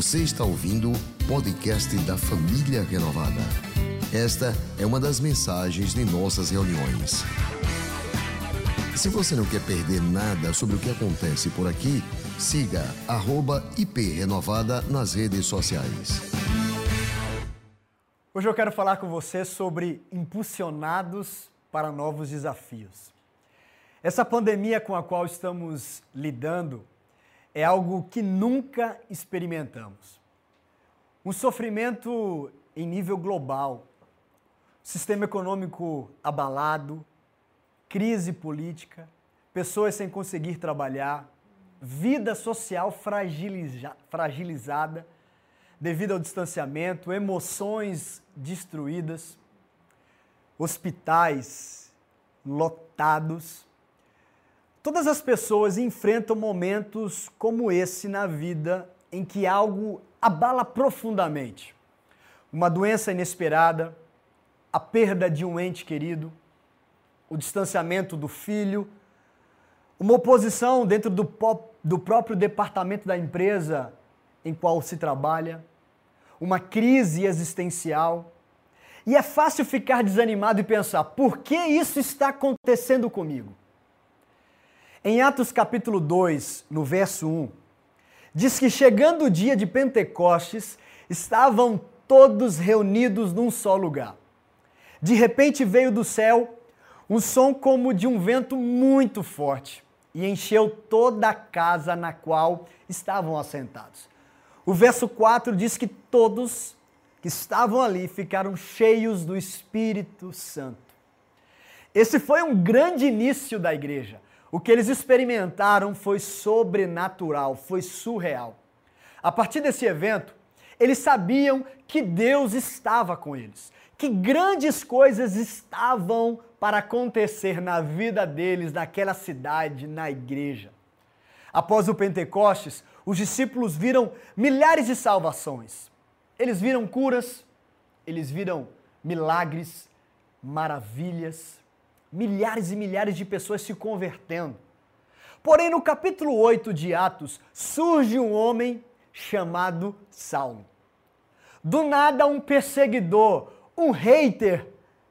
Você está ouvindo o podcast da Família Renovada. Esta é uma das mensagens de nossas reuniões. Se você não quer perder nada sobre o que acontece por aqui, siga @IPRenovada nas redes sociais. Hoje eu quero falar com você sobre impulsionados para novos desafios. Essa pandemia com a qual estamos lidando é algo que nunca experimentamos. Um sofrimento em nível global, sistema econômico abalado, crise política, pessoas sem conseguir trabalhar, vida social fragilizada devido ao distanciamento, emoções destruídas, hospitais lotados. Todas as pessoas enfrentam momentos como esse na vida em que algo abala profundamente. Uma doença inesperada, a perda de um ente querido, o distanciamento do filho, uma oposição dentro do próprio departamento da empresa em qual se trabalha, uma crise existencial. E é fácil ficar desanimado e pensar, por que isso está acontecendo comigo? Em Atos capítulo 2, no verso 1, diz que chegando o dia de Pentecostes, estavam todos reunidos num só lugar. De repente veio do céu um som como de um vento muito forte e encheu toda a casa na qual estavam assentados. O verso 4 diz que todos que estavam ali ficaram cheios do Espírito Santo. Esse foi um grande início da igreja. O que eles experimentaram foi sobrenatural, foi surreal. A partir desse evento, eles sabiam que Deus estava com eles, que grandes coisas estavam para acontecer na vida deles, naquela cidade, na igreja. Após o Pentecostes, os discípulos viram milhares de salvações. Eles viram curas, eles viram milagres, maravilhas, milhares e milhares de pessoas se convertendo. Porém, no capítulo 8 de Atos, surge um homem chamado Saulo. Do nada, um perseguidor, um hater,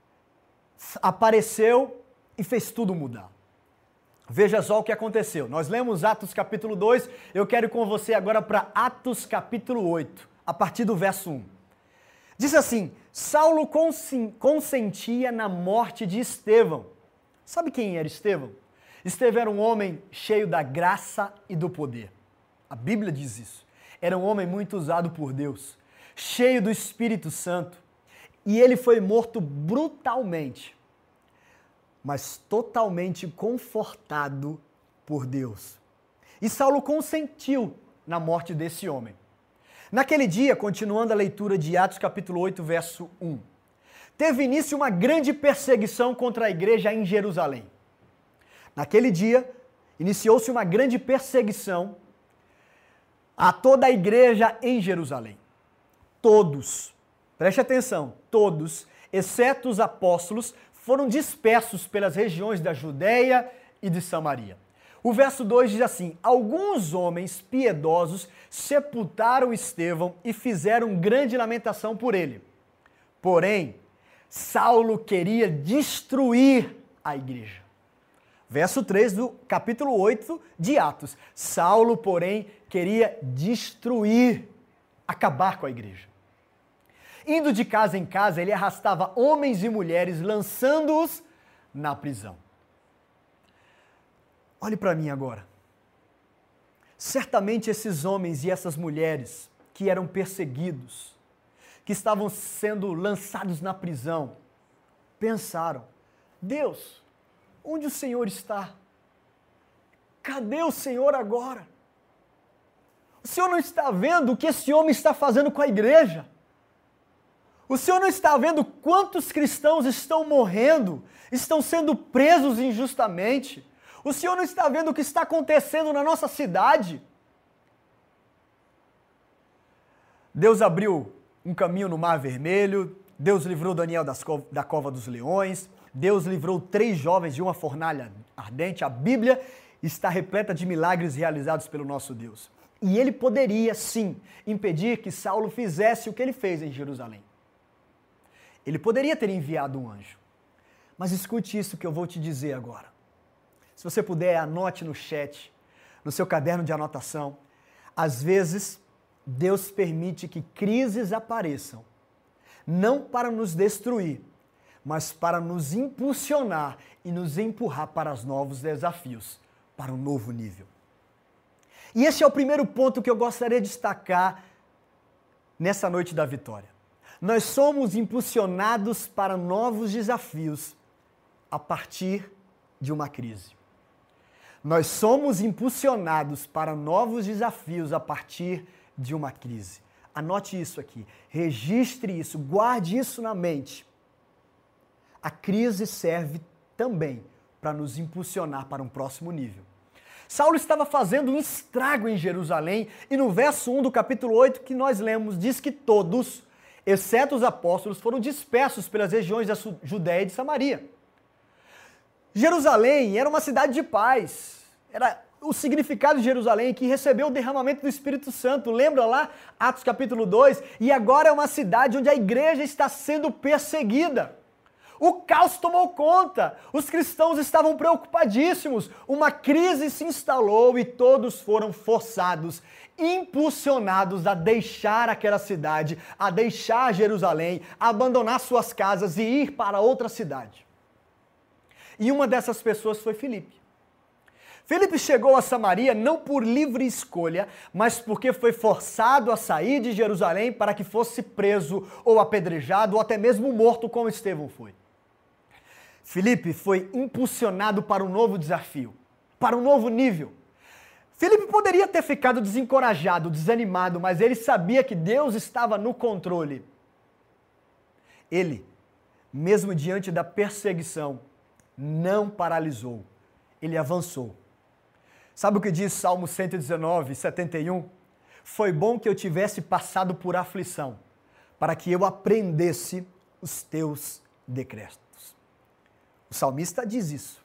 apareceu e fez tudo mudar. Veja só o que aconteceu. Nós lemos Atos capítulo 2, eu quero ir com você agora para Atos capítulo 8, a partir do verso 1. Diz assim, Saulo consentia na morte de Estevão. Sabe quem era Estevão? Estevão era um homem cheio da graça e do poder. A Bíblia diz isso. Era um homem muito usado por Deus, cheio do Espírito Santo. E ele foi morto brutalmente, mas totalmente confortado por Deus. E Saulo consentiu na morte desse homem. Naquele dia, continuando a leitura de Atos capítulo 8, verso 1, teve início uma grande perseguição contra a igreja em Jerusalém. Naquele dia, iniciou-se uma grande perseguição a toda a igreja em Jerusalém. Todos, preste atenção, todos, exceto os apóstolos, foram dispersos pelas regiões da Judéia e de Samaria. O verso 2 diz assim, alguns homens piedosos sepultaram Estevão e fizeram grande lamentação por ele. Porém, Saulo queria destruir a igreja. Verso 3 do capítulo 8 de Atos. Saulo, porém, queria destruir, acabar com a igreja. Indo de casa em casa, ele arrastava homens e mulheres, lançando-os na prisão. Olhe para mim agora. Certamente esses homens e essas mulheres que eram perseguidos, que estavam sendo lançados na prisão, pensaram, Deus, onde o Senhor está? Cadê o Senhor agora? O Senhor não está vendo o que esse homem está fazendo com a igreja? O Senhor não está vendo quantos cristãos estão morrendo, estão sendo presos injustamente? O Senhor não está vendo o que está acontecendo na nossa cidade? Deus abriu um caminho no Mar Vermelho, Deus livrou Daniel da cova dos leões, Deus livrou 3 jovens de uma fornalha ardente. A Bíblia está repleta de milagres realizados pelo nosso Deus. E ele poderia, sim, impedir que Saulo fizesse o que ele fez em Jerusalém. Ele poderia ter enviado um anjo. Mas escute isso que eu vou te dizer agora. Se você puder, anote no chat, no seu caderno de anotação. Às vezes, Deus permite que crises apareçam, não para nos destruir, mas para nos impulsionar e nos empurrar para os novos desafios, para um novo nível. E esse é o primeiro ponto que eu gostaria de destacar nessa noite da vitória. Nós somos impulsionados para novos desafios a partir de uma crise. Nós somos impulsionados para novos desafios a partir de uma crise. Anote isso aqui, registre isso, guarde isso na mente. A crise serve também para nos impulsionar para um próximo nível. Saulo estava fazendo um estrago em Jerusalém e no verso 1 do capítulo 8 que nós lemos, diz que todos, exceto os apóstolos, foram dispersos pelas regiões da Judéia e de Samaria. Jerusalém era uma cidade de paz, era o significado de Jerusalém que recebeu o derramamento do Espírito Santo, lembra lá, Atos capítulo 2, e agora é uma cidade onde a igreja está sendo perseguida. O caos tomou conta, os cristãos estavam preocupadíssimos, uma crise se instalou e todos foram forçados, impulsionados a deixar aquela cidade, a deixar Jerusalém, a abandonar suas casas e ir para outra cidade. E uma dessas pessoas foi Filipe. Filipe chegou a Samaria não por livre escolha, mas porque foi forçado a sair de Jerusalém para que fosse preso ou apedrejado ou até mesmo morto como Estevão foi. Filipe foi impulsionado para um novo desafio, para um novo nível. Filipe poderia ter ficado desencorajado, desanimado, mas ele sabia que Deus estava no controle. Ele, mesmo diante da perseguição, não paralisou, ele avançou. Sabe o que diz Salmo 119, 71? Foi bom que eu tivesse passado por aflição, para que eu aprendesse os teus decretos. O salmista diz isso.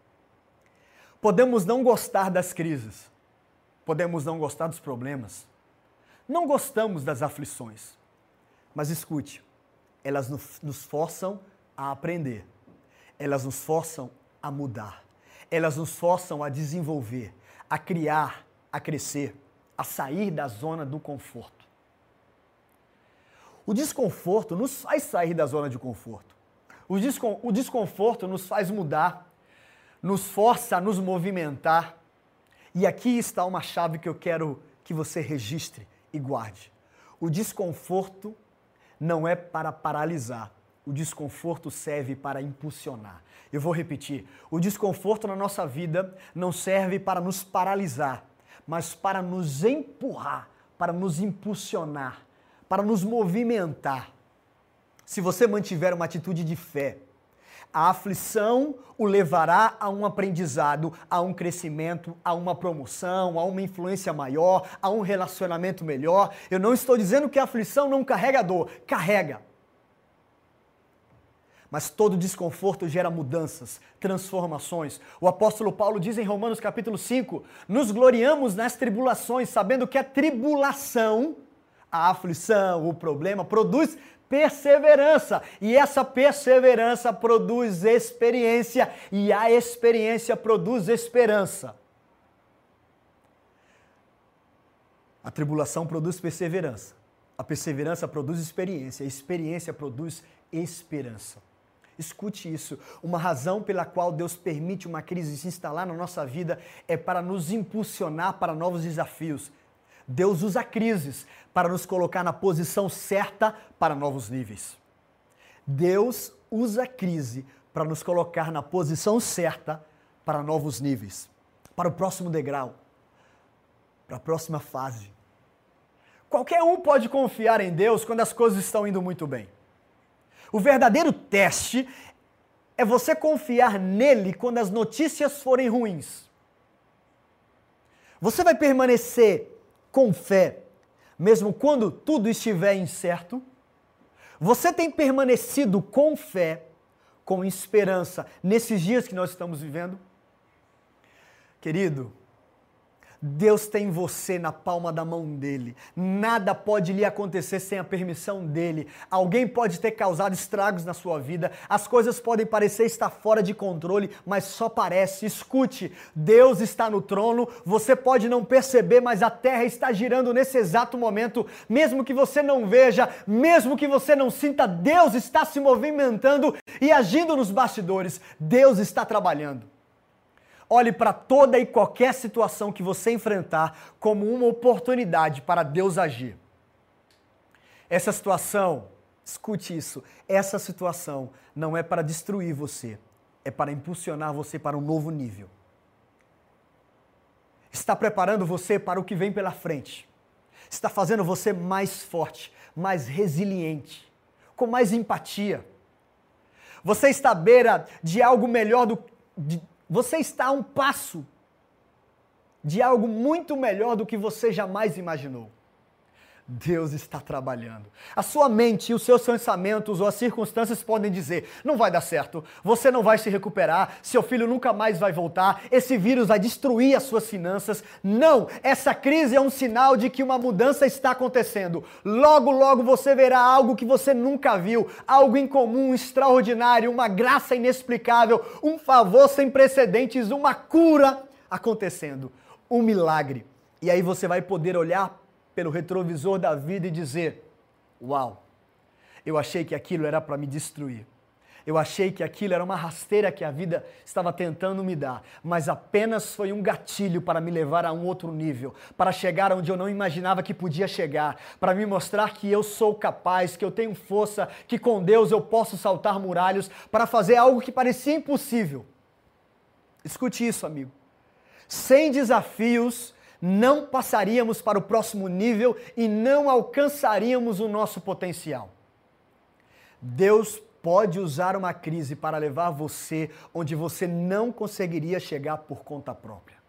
Podemos não gostar das crises, podemos não gostar dos problemas, não gostamos das aflições, mas escute, elas nos forçam a aprender, elas nos forçam a mudar, elas nos forçam a desenvolver, a criar, a crescer, a sair da zona do conforto. O desconforto nos faz sair da zona de conforto. O desconforto nos faz mudar, nos força a nos movimentar. E aqui está uma chave que eu quero que você registre e guarde. O desconforto não é para paralisar, o desconforto serve para impulsionar. Eu vou repetir, o desconforto na nossa vida não serve para nos paralisar, mas para nos empurrar, para nos impulsionar, para nos movimentar. Se você mantiver uma atitude de fé, a aflição o levará a um aprendizado, a um crescimento, a uma promoção, a uma influência maior, a um relacionamento melhor. Eu não estou dizendo que a aflição não carrega dor, carrega. Mas todo desconforto gera mudanças, transformações. O apóstolo Paulo diz em Romanos capítulo 5, nos gloriamos nas tribulações, sabendo que a tribulação, a aflição, o problema, produz perseverança, e essa perseverança produz experiência, e a experiência produz esperança. A tribulação produz perseverança, a perseverança produz experiência, a experiência produz esperança. Escute isso, uma razão pela qual Deus permite uma crise se instalar na nossa vida é para nos impulsionar para novos desafios. Deus usa crises para nos colocar na posição certa para novos níveis. Deus usa a crise para nos colocar na posição certa para novos níveis, para o próximo degrau, para a próxima fase. Qualquer um pode confiar em Deus quando as coisas estão indo muito bem. O verdadeiro teste é você confiar nele quando as notícias forem ruins. Você vai permanecer com fé, mesmo quando tudo estiver incerto? Você tem permanecido com fé, com esperança, nesses dias que nós estamos vivendo? Querido, Deus tem você na palma da mão dele. Nada pode lhe acontecer sem a permissão dele. Alguém pode ter causado estragos na sua vida. As coisas podem parecer estar fora de controle, mas só parece. Escute, Deus está no trono. Você pode não perceber, mas a terra está girando nesse exato momento. Mesmo que você não veja, mesmo que você não sinta, Deus está se movimentando e agindo nos bastidores. Deus está trabalhando. Olhe para toda e qualquer situação que você enfrentar como uma oportunidade para Deus agir. Essa situação, escute isso, essa situação não é para destruir você, é para impulsionar você para um novo nível. Está preparando você para o que vem pela frente. Está fazendo você mais forte, mais resiliente, com mais empatia. Você está à beira de algo melhor Você está a um passo de algo muito melhor do que você jamais imaginou. Deus está trabalhando. A sua mente e os seus pensamentos ou as circunstâncias podem dizer: não vai dar certo, você não vai se recuperar, seu filho nunca mais vai voltar, esse vírus vai destruir as suas finanças. Não, essa crise é um sinal de que uma mudança está acontecendo. Logo, logo você verá algo que você nunca viu, algo incomum, extraordinário, uma graça inexplicável, um favor sem precedentes, uma cura acontecendo, um milagre. E aí você vai poder olhar pelo retrovisor da vida e dizer: uau, eu achei que aquilo era para me destruir. Eu achei que aquilo era uma rasteira que a vida estava tentando me dar, mas apenas foi um gatilho para me levar a um outro nível, para chegar onde eu não imaginava que podia chegar, para me mostrar que eu sou capaz, que eu tenho força, que com Deus eu posso saltar muralhas, para fazer algo que parecia impossível. Escute isso, amigo. Sem desafios, não passaríamos para o próximo nível e não alcançaríamos o nosso potencial. Deus pode usar uma crise para levar você onde você não conseguiria chegar por conta própria.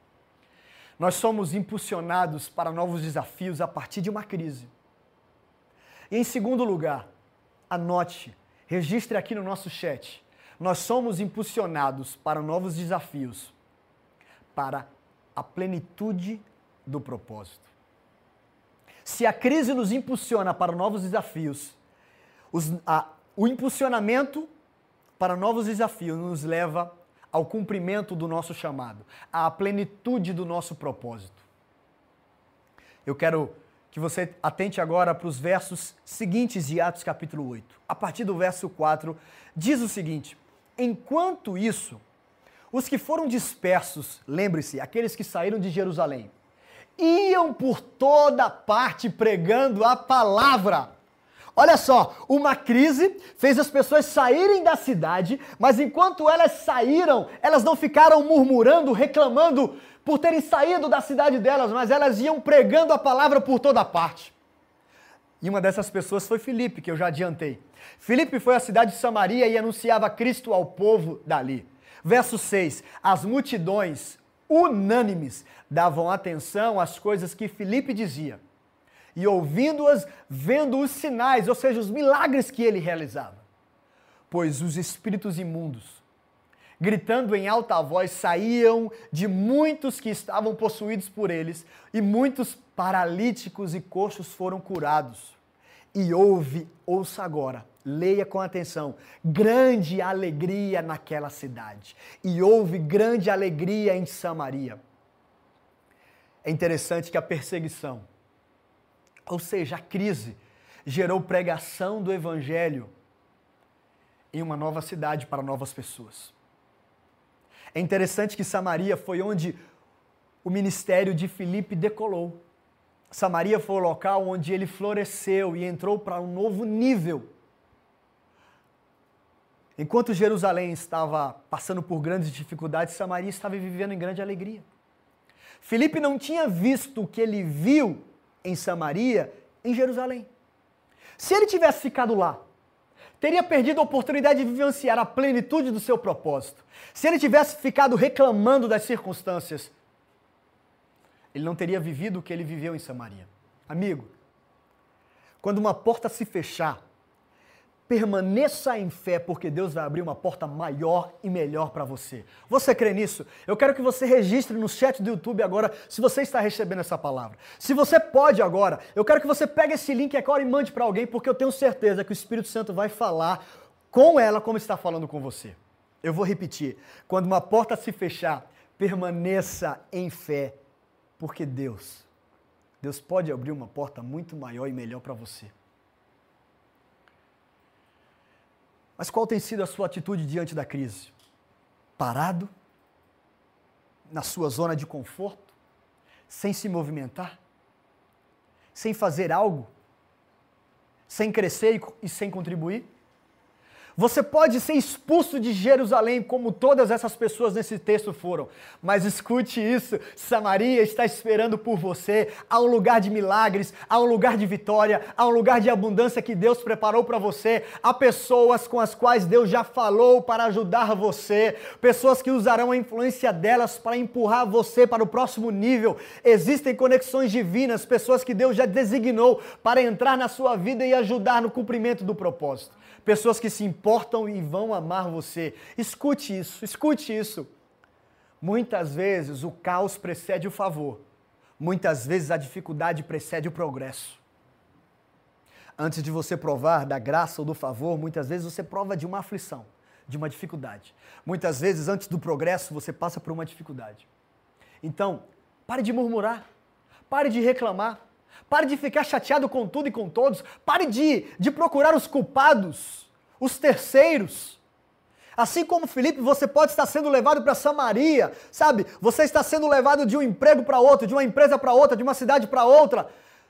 Nós somos impulsionados para novos desafios a partir de uma crise. E em segundo lugar, anote, registre aqui no nosso chat, nós somos impulsionados para novos desafios, para a plenitude do propósito. Se a crise nos impulsiona para novos desafios, o impulsionamento para novos desafios nos leva ao cumprimento do nosso chamado, à plenitude do nosso propósito. Eu quero que você atente agora para os versos seguintes de Atos capítulo 8. A partir do verso 4, diz o seguinte: enquanto isso, os que foram dispersos, lembre-se, aqueles que saíram de Jerusalém, iam por toda parte pregando a palavra. Olha só, uma crise fez as pessoas saírem da cidade, mas enquanto elas saíram, elas não ficaram murmurando, reclamando por terem saído da cidade delas, mas elas iam pregando a palavra por toda parte. E uma dessas pessoas foi Filipe, que eu já adiantei. Filipe foi à cidade de Samaria e anunciava Cristo ao povo dali. Verso 6, as multidões unânimes davam atenção às coisas que Filipe dizia, e ouvindo-as, vendo os sinais, ou seja, os milagres que ele realizava. Pois os espíritos imundos, gritando em alta voz, saíam de muitos que estavam possuídos por eles, e muitos paralíticos e coxos foram curados. E ouça agora, leia com atenção, grande alegria naquela cidade. E houve grande alegria em Samaria. É interessante que a perseguição, ou seja, a crise, gerou pregação do evangelho em uma nova cidade para novas pessoas. É interessante que Samaria foi onde o ministério de Filipe decolou. Samaria foi o local onde ele floresceu e entrou para um novo nível. Enquanto Jerusalém estava passando por grandes dificuldades, Samaria estava vivendo em grande alegria. Filipe não tinha visto o que ele viu em Samaria, em Jerusalém. Se ele tivesse ficado lá, teria perdido a oportunidade de vivenciar a plenitude do seu propósito. Se ele tivesse ficado reclamando das circunstâncias, ele não teria vivido o que ele viveu em Samaria. Amigo, quando uma porta se fechar, Permaneça em fé, porque Deus vai abrir uma porta maior e melhor para você. Você crê nisso? Eu quero que você registre no chat do YouTube agora, se você está recebendo essa palavra. Se você pode agora, eu quero que você pegue esse link agora e mande para alguém, porque eu tenho certeza que o Espírito Santo vai falar com ela como está falando com você. Eu vou repetir. Quando uma porta se fechar, permaneça em fé, porque Deus pode abrir uma porta muito maior e melhor para você. Mas qual tem sido a sua atitude diante da crise? Parado? Na sua zona de conforto? Sem se movimentar? Sem fazer algo? Sem crescer e sem contribuir? Você pode ser expulso de Jerusalém, como todas essas pessoas nesse texto foram. Mas escute isso, Samaria está esperando por você. Há um lugar de milagres, há um lugar de vitória, há um lugar de abundância que Deus preparou para você. Há pessoas com as quais Deus já falou para ajudar você. Pessoas que usarão a influência delas para empurrar você para o próximo nível. Existem conexões divinas, pessoas que Deus já designou para entrar na sua vida e ajudar no cumprimento do propósito. Pessoas que se importam e vão amar você. Escute isso. Muitas vezes o caos precede o favor. Muitas vezes a dificuldade precede o progresso. Antes de você provar da graça ou do favor, muitas vezes você prova de uma aflição, de uma dificuldade. Muitas vezes, antes do progresso, você passa por uma dificuldade. Então, pare de murmurar, pare de reclamar. Pare de ficar chateado com tudo e com todos. Pare de procurar os culpados, os terceiros. Assim como Filipe, você pode estar sendo levado para Samaria, sabe? Você está sendo levado de um emprego para outro, de uma empresa para outra, de uma cidade para outra.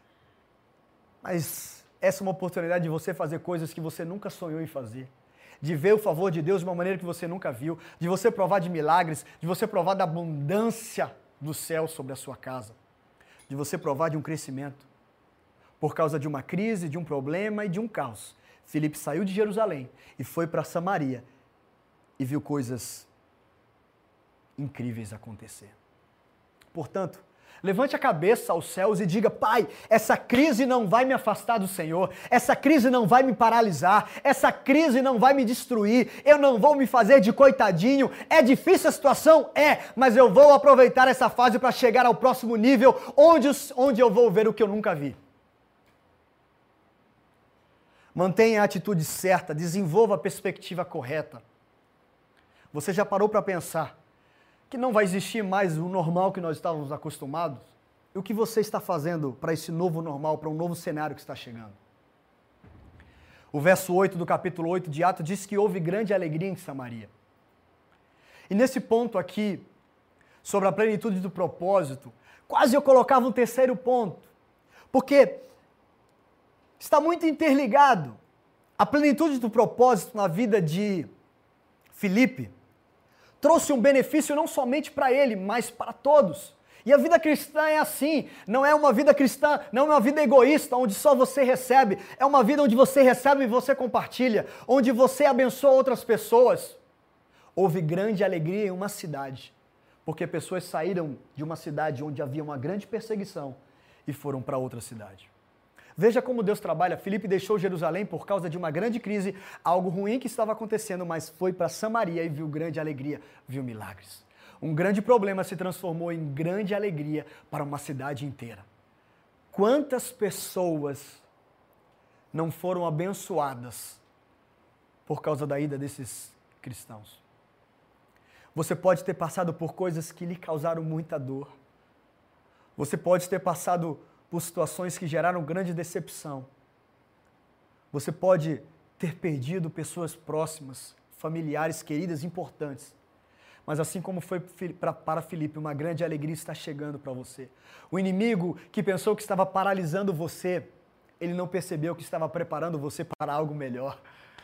Mas essa é uma oportunidade de você fazer coisas que você nunca sonhou em fazer. De ver o favor de Deus de uma maneira que você nunca viu. De você provar de milagres, de você provar da abundância do céu sobre a sua casa. De você provar de um crescimento. Por causa de uma crise, de um problema e de um caos. Filipe saiu de Jerusalém e foi para Samaria e viu coisas incríveis acontecer. Portanto, levante a cabeça aos céus e diga: Pai, essa crise não vai me afastar do Senhor, essa crise não vai me paralisar, essa crise não vai me destruir, eu não vou me fazer de coitadinho. É difícil a situação? É, mas eu vou aproveitar essa fase para chegar ao próximo nível, onde eu vou ver o que eu nunca vi. Mantenha a atitude certa, desenvolva a perspectiva correta. Você já parou para pensar que não vai existir mais o normal que nós estávamos acostumados? E o que você está fazendo para esse novo normal, para um novo cenário que está chegando? O verso 8 do capítulo 8 de Atos diz que houve grande alegria em Samaria. E nesse ponto aqui, sobre a plenitude do propósito, quase eu colocava um terceiro ponto. Porque está muito interligado. A plenitude do propósito na vida de Filipe trouxe um benefício não somente para ele, mas para todos. E a vida cristã é assim, não é uma vida cristã, não é uma vida egoísta, onde só você recebe, é uma vida onde você recebe e você compartilha, onde você abençoa outras pessoas. Houve grande alegria em uma cidade, porque pessoas saíram de uma cidade onde havia uma grande perseguição e foram para outra cidade. Veja como Deus trabalha. Filipe deixou Jerusalém por causa de uma grande crise, algo ruim que estava acontecendo, mas foi para Samaria e viu grande alegria, viu milagres. Um grande problema se transformou em grande alegria para uma cidade inteira. Quantas pessoas não foram abençoadas por causa da ida desses cristãos? Você pode ter passado por coisas que lhe causaram muita dor. Você pode ter passado por situações que geraram grande decepção. Você pode ter perdido pessoas próximas, familiares, queridas, importantes. Mas assim como foi para Filipe, uma grande alegria está chegando para você. O inimigo que pensou que estava paralisando você, ele não percebeu que estava preparando você para algo melhor.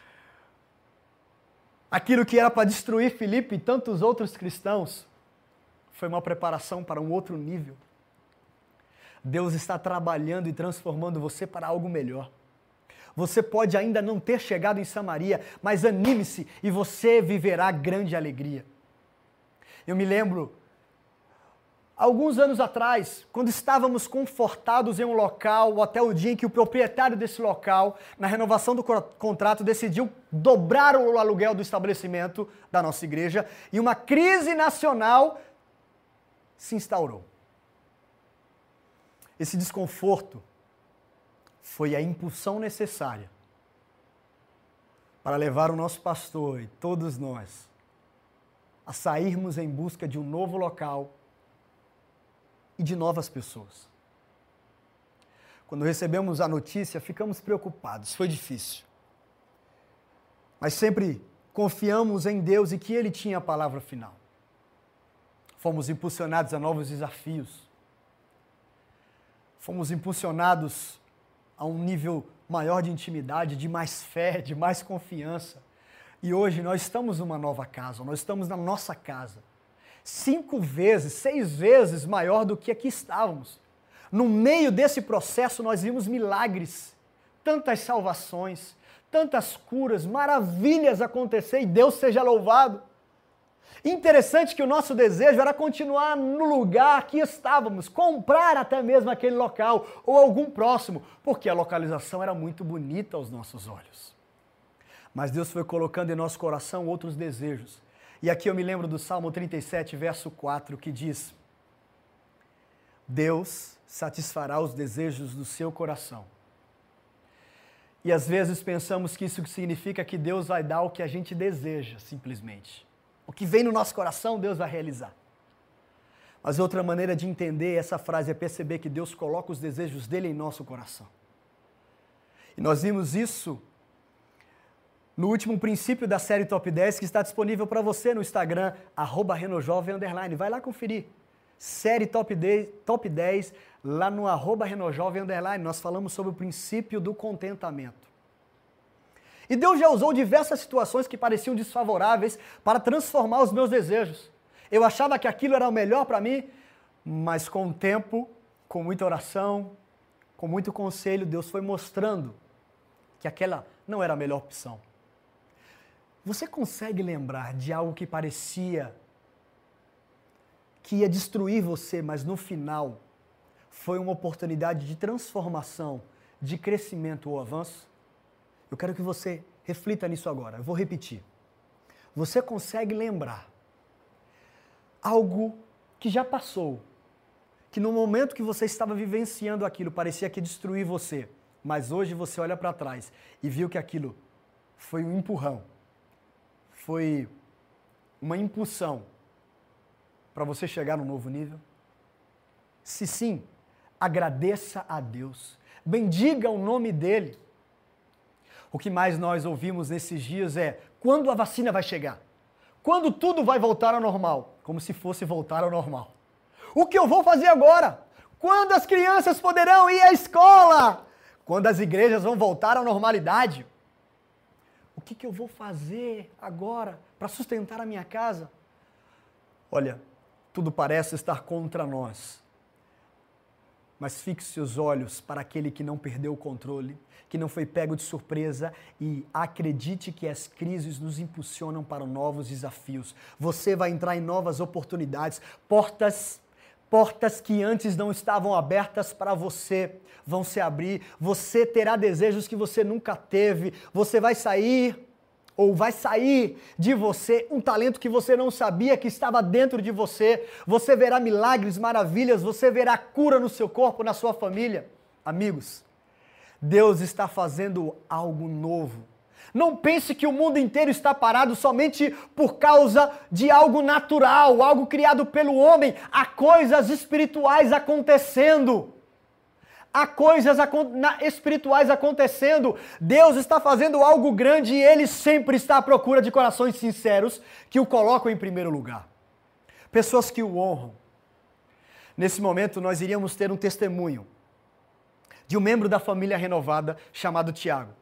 Aquilo que era para destruir Filipe e tantos outros cristãos, foi uma preparação para um outro nível. Deus está trabalhando e transformando você para algo melhor. Você pode ainda não ter chegado em Samaria, mas anime-se e você viverá grande alegria. Eu me lembro, Alguns anos atrás, quando estávamos confortados em um local, até o dia em que o proprietário desse local, na renovação do contrato, decidiu dobrar o aluguel do estabelecimento da nossa igreja, e uma crise nacional se instaurou. Esse desconforto foi a impulsão necessária para levar o nosso pastor e todos nós a sairmos em busca de um novo local e de novas pessoas. Quando recebemos a notícia, ficamos preocupados, foi difícil. Mas sempre confiamos em Deus e que Ele tinha a palavra final. Fomos impulsionados a novos desafios. Fomos impulsionados a um nível maior de intimidade, de mais fé, de mais confiança. E hoje nós estamos numa nova casa, nós estamos na nossa casa. 5 vezes, 6 vezes maior do que aqui estávamos. No meio desse processo nós vimos milagres, tantas salvações, tantas curas, maravilhas acontecer e Deus seja louvado. Interessante que o nosso desejo era continuar no lugar que estávamos, comprar até mesmo aquele local ou algum próximo, porque a localização era muito bonita aos nossos olhos. Mas Deus foi colocando em nosso coração outros desejos. E aqui eu me lembro do Salmo 37, verso 4, que diz: Deus satisfará os desejos do seu coração. E às vezes pensamos que isso significa que Deus vai dar o que a gente deseja, simplesmente. O que vem no nosso coração, Deus vai realizar. Mas outra maneira de entender essa frase é perceber que Deus coloca os desejos dele em nosso coração. E nós vimos isso no último princípio da série Top 10, que está disponível para você no Instagram, @renojovem_. Vai lá conferir. Série Top 10, lá no @renojovem_. Nós falamos sobre o princípio do contentamento. E Deus já usou diversas situações que pareciam desfavoráveis para transformar os meus desejos. Eu achava que aquilo era o melhor para mim, mas com o tempo, com muita oração, com muito conselho, Deus foi mostrando que aquela não era a melhor opção. Você consegue lembrar de algo que parecia que ia destruir você, mas no final foi uma oportunidade de transformação, de crescimento ou avanço? Eu quero que você reflita nisso agora. Eu vou repetir. Você consegue lembrar algo que já passou, que no momento que você estava vivenciando aquilo parecia que ia destruir você, mas hoje você olha para trás e viu que aquilo foi um empurrão, foi uma impulsão para você chegar num novo nível? Se sim, agradeça a Deus, bendiga o nome dEle. O que mais nós ouvimos nesses dias é: quando a vacina vai chegar? Quando tudo vai voltar ao normal? Como se fosse voltar ao normal. O que eu vou fazer agora? Quando as crianças poderão ir à escola? Quando as igrejas vão voltar à normalidade? O que eu vou fazer agora para sustentar a minha casa? Olha, tudo parece estar contra nós. Mas fixe os olhos para aquele que não perdeu o controle, que não foi pego de surpresa, e acredite que as crises nos impulsionam para novos desafios. Você vai entrar em novas oportunidades, portas que antes não estavam abertas para você vão se abrir, você terá desejos que você nunca teve, você vai sair de você um talento que você não sabia que estava dentro de você, você verá milagres, maravilhas, você verá cura no seu corpo, na sua família. Amigos, Deus está fazendo algo novo. Não pense que o mundo inteiro está parado somente por causa de algo natural, algo criado pelo homem. Há coisas espirituais acontecendo. Há coisas espirituais acontecendo. Deus está fazendo algo grande e Ele sempre está à procura de corações sinceros que o colocam em primeiro lugar. Pessoas que o honram. Nesse momento nós iríamos ter um testemunho de um membro da família renovada chamado Tiago.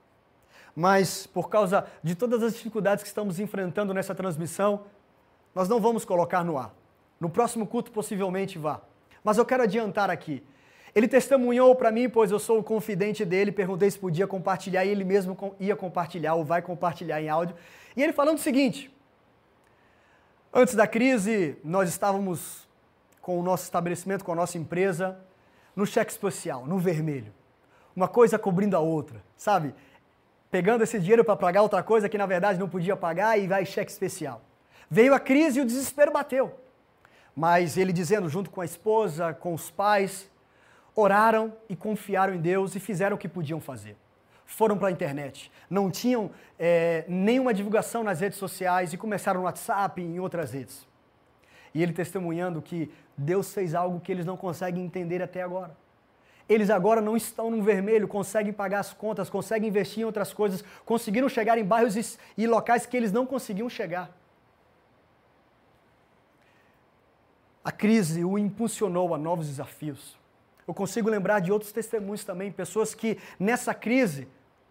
Mas por causa de todas as dificuldades que estamos enfrentando nessa transmissão, nós não vamos colocar no ar. No próximo culto possivelmente vá. Mas eu quero adiantar aqui. Ele testemunhou para mim, pois eu sou o confidente dele, perguntei se podia compartilhar e ele mesmo ia compartilhar ou vai compartilhar em áudio. E ele falando o seguinte: antes da crise, nós estávamos com o nosso estabelecimento, com a nossa empresa, no cheque especial, no vermelho. Uma coisa cobrindo a outra, sabe? Pegando esse dinheiro para pagar outra coisa que na verdade não podia pagar e vai cheque especial. Veio a crise e o desespero bateu. Mas ele dizendo, junto com a esposa, com os pais, oraram e confiaram em Deus e fizeram o que podiam fazer. Foram para a internet, não tinham nenhuma divulgação nas redes sociais e começaram no WhatsApp e em outras redes. E ele testemunhando que Deus fez algo que eles não conseguem entender até agora. Eles agora não estão no vermelho, conseguem pagar as contas, conseguem investir em outras coisas, conseguiram chegar em bairros e locais que eles não conseguiam chegar. A crise o impulsionou a novos desafios. Eu consigo lembrar de outros testemunhos também, pessoas que nessa crise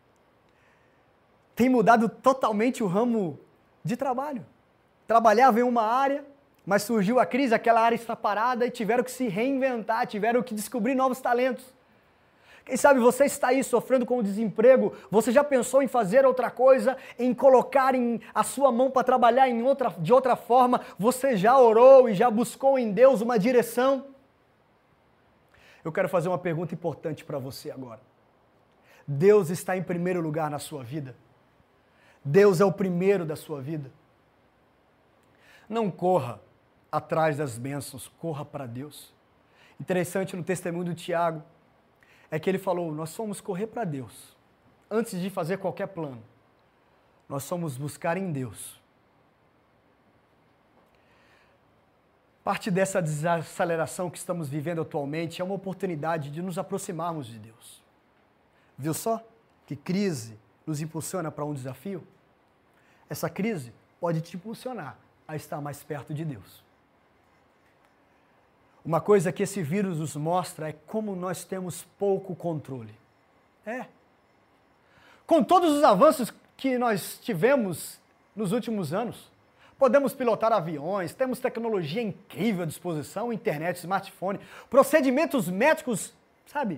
têm mudado totalmente o ramo de trabalho. Trabalhavam em uma área, mas surgiu a crise, aquela área está parada e tiveram que se reinventar, tiveram que descobrir novos talentos. Quem sabe você está aí sofrendo com o desemprego, você já pensou em fazer outra coisa, em colocar a sua mão para trabalhar de outra forma, você já orou e já buscou em Deus uma direção? Eu quero fazer uma pergunta importante para você agora. Deus está em primeiro lugar na sua vida? Deus é o primeiro da sua vida? Não corra atrás das bênçãos, corra para Deus. Interessante no testemunho do Tiago, é que ele falou, nós fomos correr para Deus, antes de fazer qualquer plano. Nós fomos buscar em Deus. Parte dessa desaceleração que estamos vivendo atualmente é uma oportunidade de nos aproximarmos de Deus. Viu só que crise nos impulsiona para um desafio? Essa crise pode te impulsionar a estar mais perto de Deus. Uma coisa que esse vírus nos mostra é como nós temos pouco controle. Com todos os avanços que nós tivemos nos últimos anos, podemos pilotar aviões, temos tecnologia incrível à disposição, internet, smartphone, procedimentos médicos, sabe?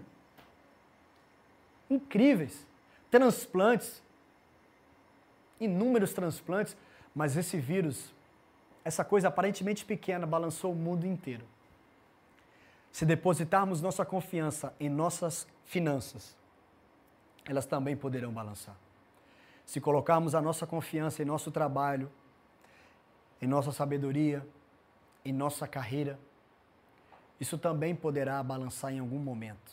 Incríveis. Transplantes, inúmeros transplantes, mas esse vírus, essa coisa aparentemente pequena, balançou o mundo inteiro. Se depositarmos nossa confiança em nossas finanças, elas também poderão balançar. Se colocarmos a nossa confiança em nosso trabalho, em nossa sabedoria, em nossa carreira, isso também poderá balançar em algum momento.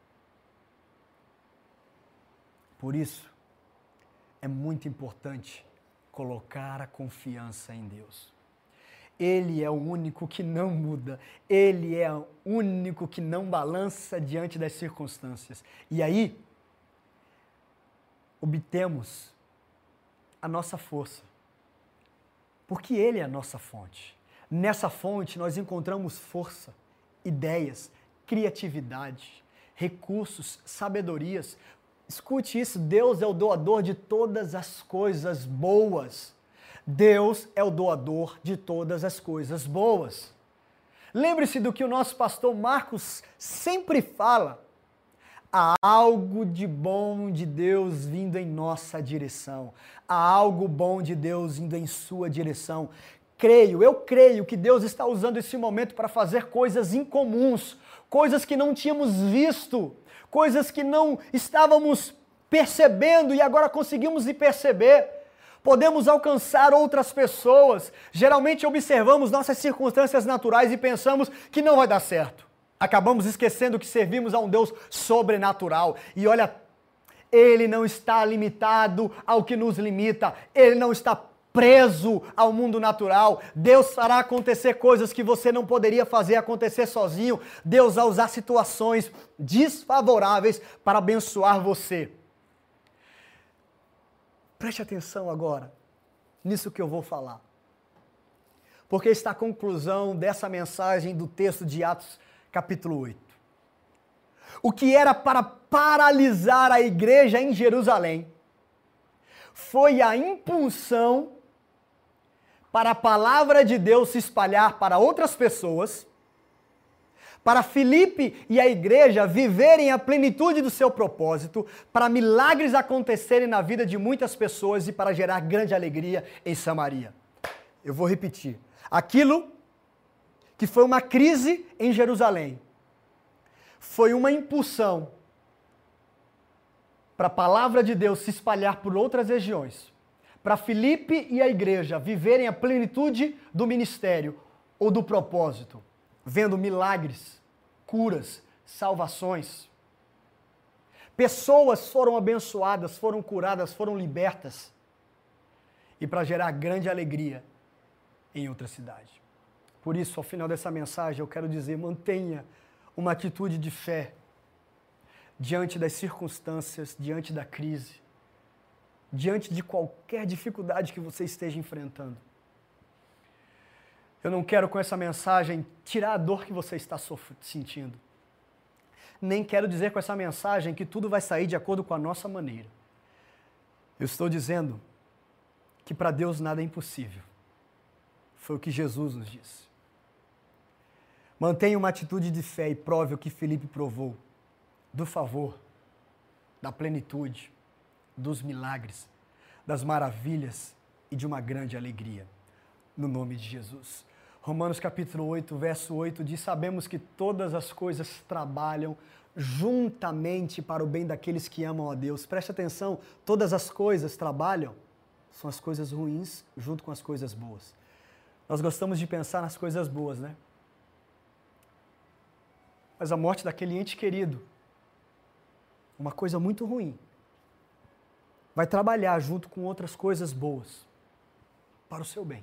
Por isso, é muito importante colocar a confiança em Deus. Ele é o único que não muda. Ele é o único que não balança diante das circunstâncias. E aí, obtemos a nossa força. Porque Ele é a nossa fonte. Nessa fonte nós encontramos força, ideias, criatividade, recursos, sabedorias. Escute isso, Deus é o doador de todas as coisas boas. Deus é o doador de todas as coisas boas. Lembre-se do que o nosso pastor Marcos sempre fala. Há algo de bom de Deus vindo em nossa direção. Há algo bom de Deus vindo em sua direção. Eu creio que Deus está usando esse momento para fazer coisas incomuns, coisas que não tínhamos visto, coisas que não estávamos percebendo e agora conseguimos perceber. Podemos alcançar outras pessoas. Geralmente observamos nossas circunstâncias naturais e pensamos que não vai dar certo. Acabamos esquecendo que servimos a um Deus sobrenatural. E olha, Ele não está limitado ao que nos limita. Ele não está preso ao mundo natural. Deus fará acontecer coisas que você não poderia fazer acontecer sozinho. Deus vai usar situações desfavoráveis para abençoar você. Preste atenção agora nisso que eu vou falar. Porque está a conclusão dessa mensagem do texto de Atos, capítulo 8. O que era para paralisar a igreja em Jerusalém foi a impulsão para a palavra de Deus se espalhar para outras pessoas, para Filipe e a igreja viverem a plenitude do seu propósito, para milagres acontecerem na vida de muitas pessoas e para gerar grande alegria em Samaria. Eu vou repetir. Aquilo que foi uma crise em Jerusalém. Foi uma impulsão para a palavra de Deus se espalhar por outras regiões, para Filipe e a igreja viverem a plenitude do ministério ou do propósito, vendo milagres, curas, salvações. Pessoas foram abençoadas, foram curadas, foram libertas, e para gerar grande alegria em outra cidade. Por isso, ao final dessa mensagem, eu quero dizer, mantenha uma atitude de fé diante das circunstâncias, diante da crise, diante de qualquer dificuldade que você esteja enfrentando. Eu não quero com essa mensagem tirar a dor que você está sentindo. Nem quero dizer com essa mensagem que tudo vai sair de acordo com a nossa maneira. Eu estou dizendo que para Deus nada é impossível. Foi o que Jesus nos disse. Mantenha uma atitude de fé e prove o que Filipe provou, do favor, da plenitude, dos milagres, das maravilhas e de uma grande alegria, no nome de Jesus. Romanos capítulo 8, verso 8 diz, sabemos que todas as coisas trabalham juntamente para o bem daqueles que amam a Deus. Preste atenção, todas as coisas trabalham, são as coisas ruins junto com as coisas boas. Nós gostamos de pensar nas coisas boas, né? Mas a morte daquele ente querido, uma coisa muito ruim, vai trabalhar junto com outras coisas boas para o seu bem.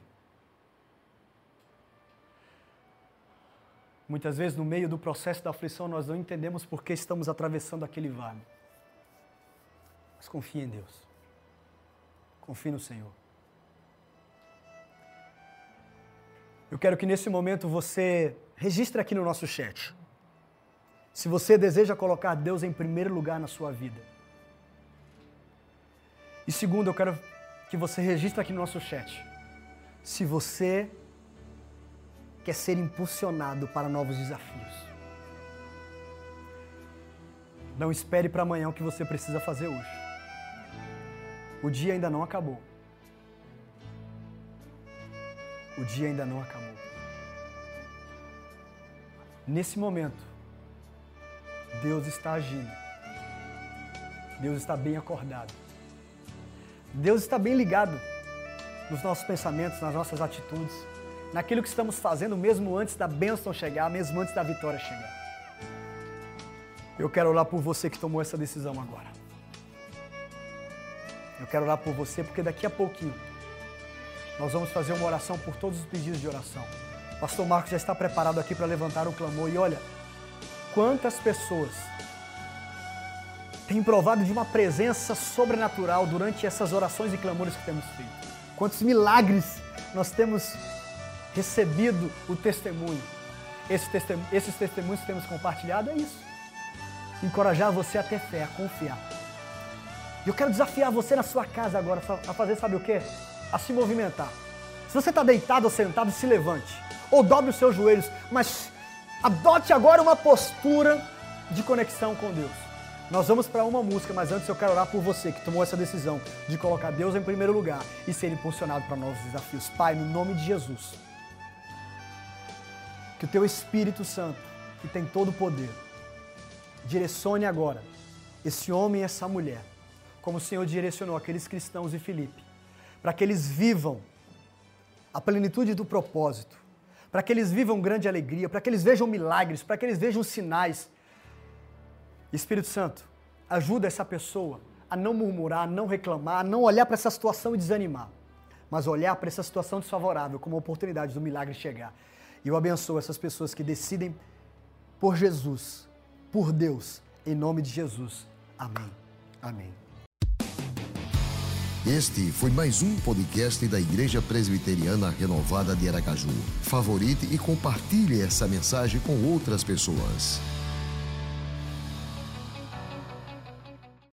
Muitas vezes, no meio do processo da aflição, nós não entendemos por que estamos atravessando aquele vale. Mas confie em Deus. Confie no Senhor. Eu quero que nesse momento você registre aqui no nosso chat. Se você deseja colocar Deus em primeiro lugar na sua vida. E segundo, eu quero que você registre aqui no nosso chat. Se você quer ser impulsionado para novos desafios. Não espere para amanhã o que você precisa fazer hoje. O dia ainda não acabou. O dia ainda não acabou. Nesse momento, Deus está agindo. Deus está bem acordado. Deus está bem ligado nos nossos pensamentos, nas nossas atitudes, naquilo que estamos fazendo mesmo antes da bênção chegar, mesmo antes da vitória chegar. Eu quero orar por você que tomou essa decisão agora. Eu quero orar por você porque daqui a pouquinho nós vamos fazer uma oração por todos os pedidos de oração. O pastor Marcos já está preparado aqui para levantar um clamor. E olha, quantas pessoas têm provado de uma presença sobrenatural durante essas orações e clamores que temos feito. Quantos milagres nós temos recebido o testemunho. Esses testemunhos que temos compartilhado é isso. Encorajar você a ter fé, a confiar. E eu quero desafiar você na sua casa agora a fazer, sabe o quê? A se movimentar. Se você está deitado ou sentado, se levante. Ou dobre os seus joelhos, mas adote agora uma postura de conexão com Deus. Nós vamos para uma música, mas antes eu quero orar por você que tomou essa decisão de colocar Deus em primeiro lugar e ser impulsionado para novos desafios. Pai, no nome de Jesus, que o Teu Espírito Santo, que tem todo o poder, direcione agora esse homem e essa mulher, como o Senhor direcionou aqueles cristãos de Filipe, para que eles vivam a plenitude do propósito, para que eles vivam grande alegria, para que eles vejam milagres, para que eles vejam sinais. Espírito Santo, ajuda essa pessoa a não murmurar, a não reclamar, a não olhar para essa situação e desanimar, mas olhar para essa situação desfavorável como uma oportunidade do milagre chegar. E eu abençoo essas pessoas que decidem por Jesus, por Deus, em nome de Jesus. Amém. Amém. Este foi mais um podcast da Igreja Presbiteriana Renovada de Aracaju. Favorite e compartilhe essa mensagem com outras pessoas.